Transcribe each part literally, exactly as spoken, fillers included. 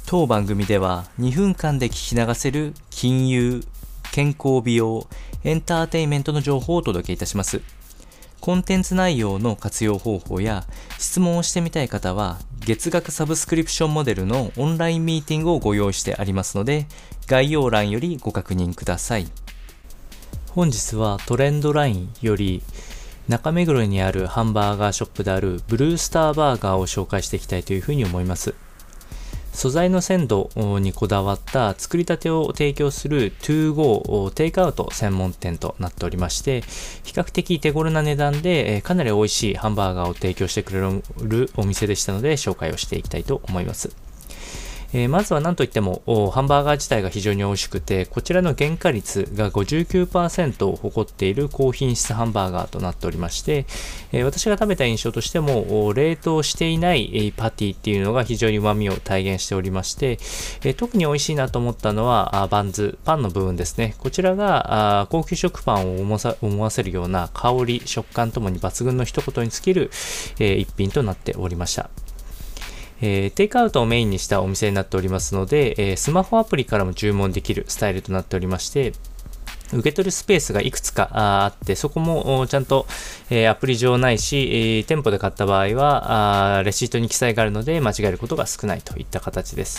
当番組ではにふんかんで聞き流せる金融、健康美容、エンターテインメントの情報をお届けいたします。コンテンツ内容の活用方法や質問をしてみたい方は月額サブスクリプションモデルのオンラインミーティングをご用意してありますので、概要欄よりご確認ください。本日はトレンドラインより中目黒にあるハンバーガーショップであるブルースターバーガーを紹介していきたいというふうに思います。素材の鮮度にこだわった作りたてを提供する トゥーゴー テイクアウト専門店となっておりまして、比較的手頃な値段でかなり美味しいハンバーガーを提供してくれるお店でしたので紹介をしていきたいと思います。えー、まずは何といってもハンバーガー自体が非常に美味しくて、こちらの原価率が ごじゅうきゅうパーセント を誇っている高品質ハンバーガーとなっておりまして、えー、私が食べた印象としても冷凍していないパティっていうのが非常に旨味を体現しておりまして、えー、特に美味しいなと思ったのはあバンズ、パンの部分ですね。こちらがあ高級食パンを思わさ思わせるような香り、食感ともに抜群の一言に尽きる、えー、一品となっておりました。えー、テイクアウトをメインにしたお店になっておりますので、えー、スマホアプリからも注文できるスタイルとなっておりまして、受け取るスペースがいくつかあって、そこもちゃんと、えー、アプリ上ないし、えー、店舗で買った場合はあレシートに記載があるので間違えることが少ないといった形です。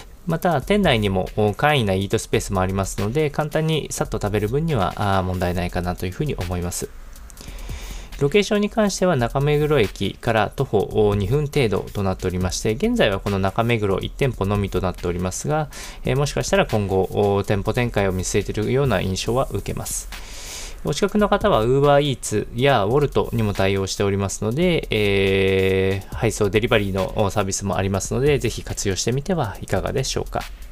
また店内にも簡易なイートスペースもありますので、簡単にさっと食べる分には問題ないかなというふうに思います。ロケーションに関しては中目黒駅から徒歩にふん程度となっておりまして、現在はこの中目黒いち店舗のみとなっておりますが、えー、もしかしたら今後店舗展開を見据えているような印象は受けます。お近くの方は UberEats や Wolt にも対応しておりますので、えー、配送デリバリーのサービスもありますので、ぜひ活用してみてはいかがでしょうか。